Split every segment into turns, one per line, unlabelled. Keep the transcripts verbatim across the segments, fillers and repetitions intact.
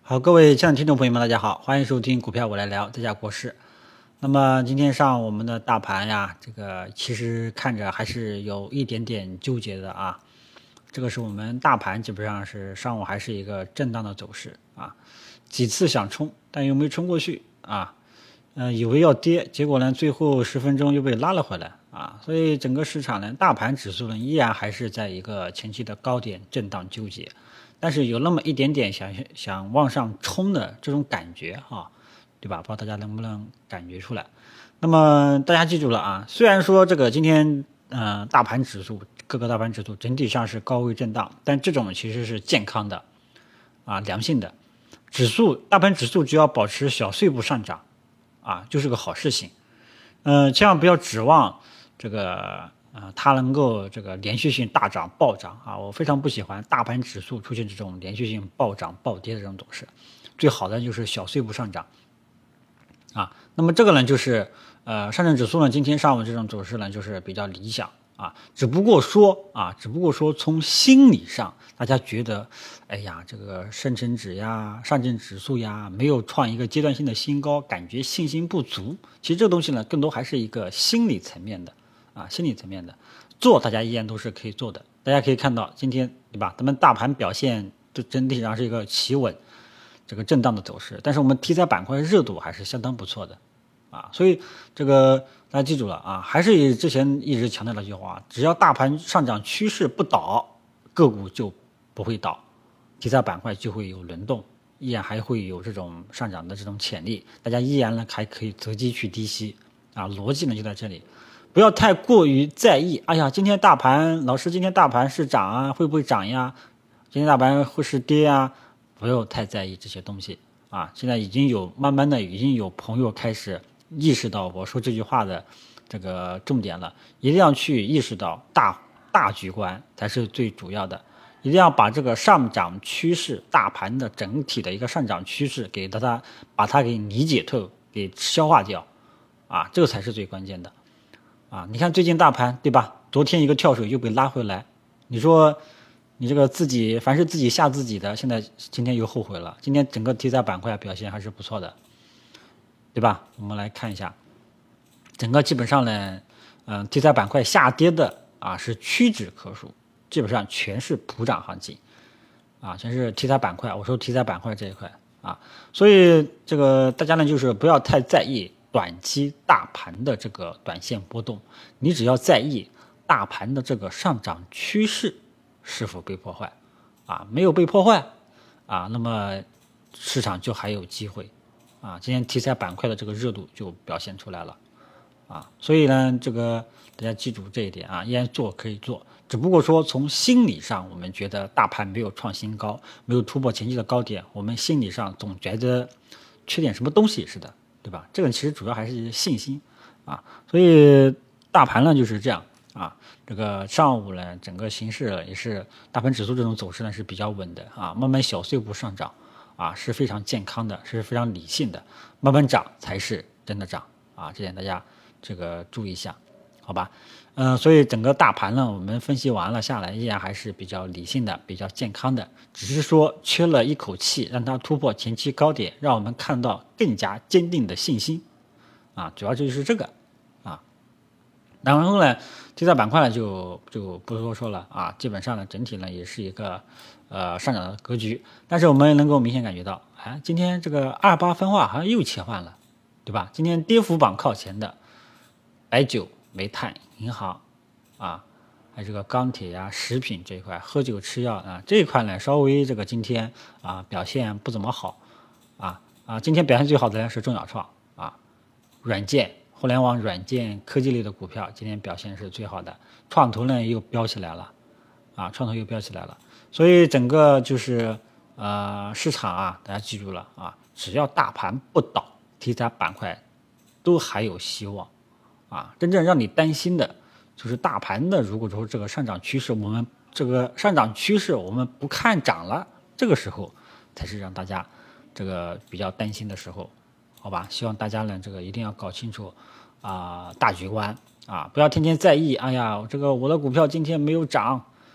好，各位亲爱的听众朋友们，大家好，欢迎收听股票我来聊，这家国事。那么今天上我们的大盘呀，这个其实看着还是有一点点纠结的啊。这个是我们大盘基本上是上午还是一个震荡的走势啊，几次想冲，但又没冲过去啊。呃，以为要跌，结果呢，最后十分钟又被拉了回来啊。所以整个市场呢，大盘指数呢，依然还是在一个前期的高点震荡纠结。但是有那么一点点想想往上冲的这种感觉哈，对吧？不知道大家能不能感觉出来。那么大家记住了啊，虽然说这个今天呃大盘指数各个大盘指数整体上是高位震荡，但这种其实是健康的啊，良性的。指数大盘指数只要保持小碎步上涨啊，就是个好事情。嗯、呃，千万不要指望这个。啊、呃，它能够这个连续性大涨暴涨啊，我非常不喜欢大盘指数出现这种连续性暴涨暴跌的这种走势，最好的就是小碎步上涨啊。那么这个呢，就是呃上证指数呢，今天上午这种走势呢，就是比较理想啊。只不过说啊，只不过说从心理上，大家觉得，哎呀，这个深成指呀、上证指数呀，没有创一个阶段性的新高，感觉信心不足。其实这个东西呢，更多还是一个心理层面的。啊，心理层面的做，大家依然都是可以做的。大家可以看到，今天对吧？咱们大盘表现就整体上是一个企稳，这个震荡的走势。但是我们题材板块热度还是相当不错的，啊，所以这个大家记住了啊，还是之前一直强调的一句话：只要大盘上涨趋势不倒，个股就不会倒，题材板块就会有轮动，依然还会有这种上涨的这种潜力。大家依然呢还可以择机去低吸啊，逻辑呢就在这里。不要太过于在意，哎呀，今天大盘，老师，今天大盘是涨啊，会不会涨呀？今天大盘会是跌啊？不要太在意这些东西啊！现在已经有慢慢的已经有朋友开始意识到我说这句话的这个重点了，一定要去意识到大大局观才是最主要的，一定要把这个上涨趋势，大盘的整体的一个上涨趋势给它把它给理解透，给消化掉啊，这个才是最关键的。啊，你看最近大盘对吧？昨天一个跳水又被拉回来，你说你这个自己凡是自己吓自己的，现在今天又后悔了。今天整个题材板块表现还是不错的，对吧？我们来看一下，整个基本上呢，嗯、呃，题材板块下跌的啊是屈指可数，基本上全是普涨行情，啊，全是题材板块。我说题材板块这一块啊，所以这个大家呢就是不要太在意短期大盘的这个短线波动，你只要在意大盘的这个上涨趋势是否被破坏，啊，没有被破坏，啊，那么市场就还有机会，啊，今天题材板块的这个热度就表现出来了，啊，所以呢，这个大家记住这一点啊，依然做可以做，只不过说从心理上，我们觉得大盘没有创新高，没有突破前期的高点，我们心理上总觉得缺点什么东西似的。对吧？这个其实主要还是信心啊，所以大盘呢就是这样啊。这个上午呢，整个形势也是大盘指数这种走势呢是比较稳的啊，慢慢小碎步上涨啊，是非常健康的，是非常理性的，慢慢涨才是真的涨啊，这点大家这个注意一下，好吧？嗯、呃，所以整个大盘呢，我们分析完了下来，依然还是比较理性的，比较健康的，只是说缺了一口气，让它突破前期高点，让我们看到更加坚定的信心，啊，主要就是这个，啊，然后呢，题材板块呢就就不多说了啊，基本上呢整体呢也是一个呃上涨的格局，但是我们能够明显感觉到，哎，今天这个二八分化好像又切换了，对吧？今天跌幅榜靠前的白酒、煤炭、银行啊，还有这个钢铁呀、食品这一块，喝酒吃药啊这一块呢，稍微这个今天啊表现不怎么好啊啊，今天表现最好的呢是中小创啊，软件、互联网软件、科技类的股票今天表现是最好的，创投呢又飙起来了啊，创投又飙起来了，所以整个就是呃市场啊，大家记住了啊，只要大盘不倒，题材板块都还有希望。啊，真正让你担心的，就是大盘的。如果说这个上涨趋势，我们这个上涨趋势我们不看涨了，这个时候才是让大家这个比较担心的时候，好吧？希望大家呢这个一定要搞清楚啊、大局观啊，不要天天在意。哎呀，这个我的股票今天没有涨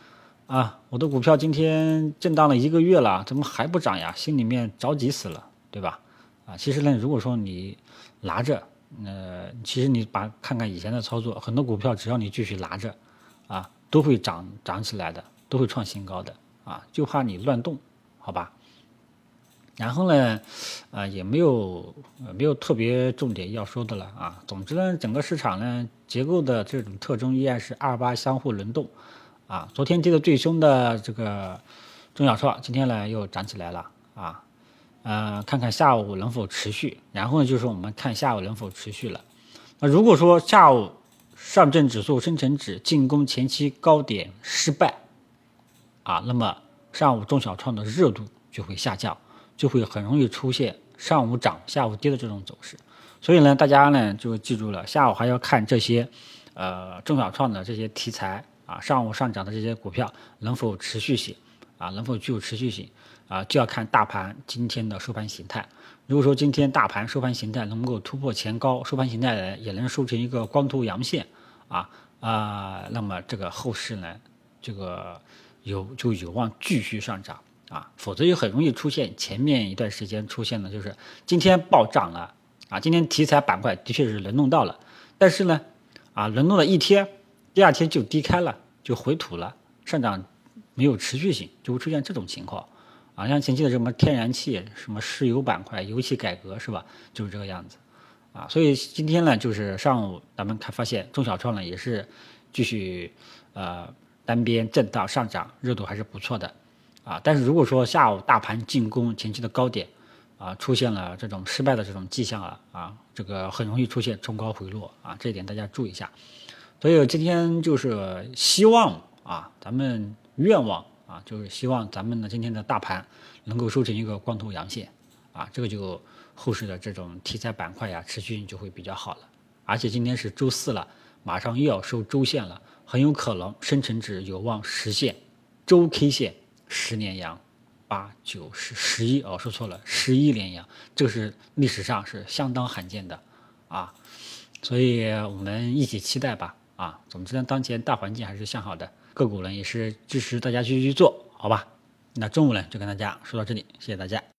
啊，我的股票今天震荡了一个月了，怎么还不涨呀？心里面着急死了，对吧？啊，其实呢，如果说你拿着，呃，其实你把看看以前的操作，很多股票只要你继续拿着，啊，都会涨涨起来的，都会创新高的啊，就怕你乱动，好吧？然后呢，啊，也没有呃没有特别重点要说的了啊。总之呢，整个市场呢结构的这种特征依然是二八相互轮动，啊，昨天跌的最凶的这个中小创，今天呢又涨起来了啊。呃，看看下午能否持续，然后呢就是我们看下午能否持续了。那如果说下午上证指数深成指进攻前期高点失败啊，那么上午中小创的热度就会下降。就会很容易出现上午涨下午跌的这种走势，所以呢，大家呢就记住了，下午还要看这些，呃，中小创的这些题材啊，上午上涨的这些股票能否持续性啊，能否具有持续性啊，就要看大盘今天的收盘形态。如果说今天大盘收盘形态能够突破前高，收盘形态呢也能收成一个光头阳线啊啊，那么这个后市呢，这个有就有望继续上涨。啊，否则就很容易出现前面一段时间出现的，就是今天暴涨了啊，今天题材板块的确是轮动到了，但是呢，啊轮动了一天，第二天就低开了，就回吐了，上涨没有持续性，就会出现这种情况啊，像前期的什么天然气、什么石油板块、油气改革是吧，就是这个样子啊，所以今天呢，就是上午咱们看发现中小创呢也是继续呃单边震荡上涨，热度还是不错的。啊，但是如果说下午大盘进攻前期的高点，啊，出现了这种失败的这种迹象啊，啊，这个很容易出现冲高回落啊，这一点大家注意一下。所以今天就是希望啊，咱们愿望啊，就是希望咱们的今天的大盘能够收成一个光头阳线啊，这个就后市的这种题材板块呀，持续性就会比较好了。而且今天是周四了，马上又要收周线了，很有可能深成指有望实现周 K 线。十连阳，八九十十一哦，说错了，十一连阳，这个是历史上是相当罕见的啊，所以我们一起期待吧啊。总之呢，当前大环境还是向好的，个股呢也是支持大家继续去做，好吧？那中午呢就跟大家说到这里，谢谢大家。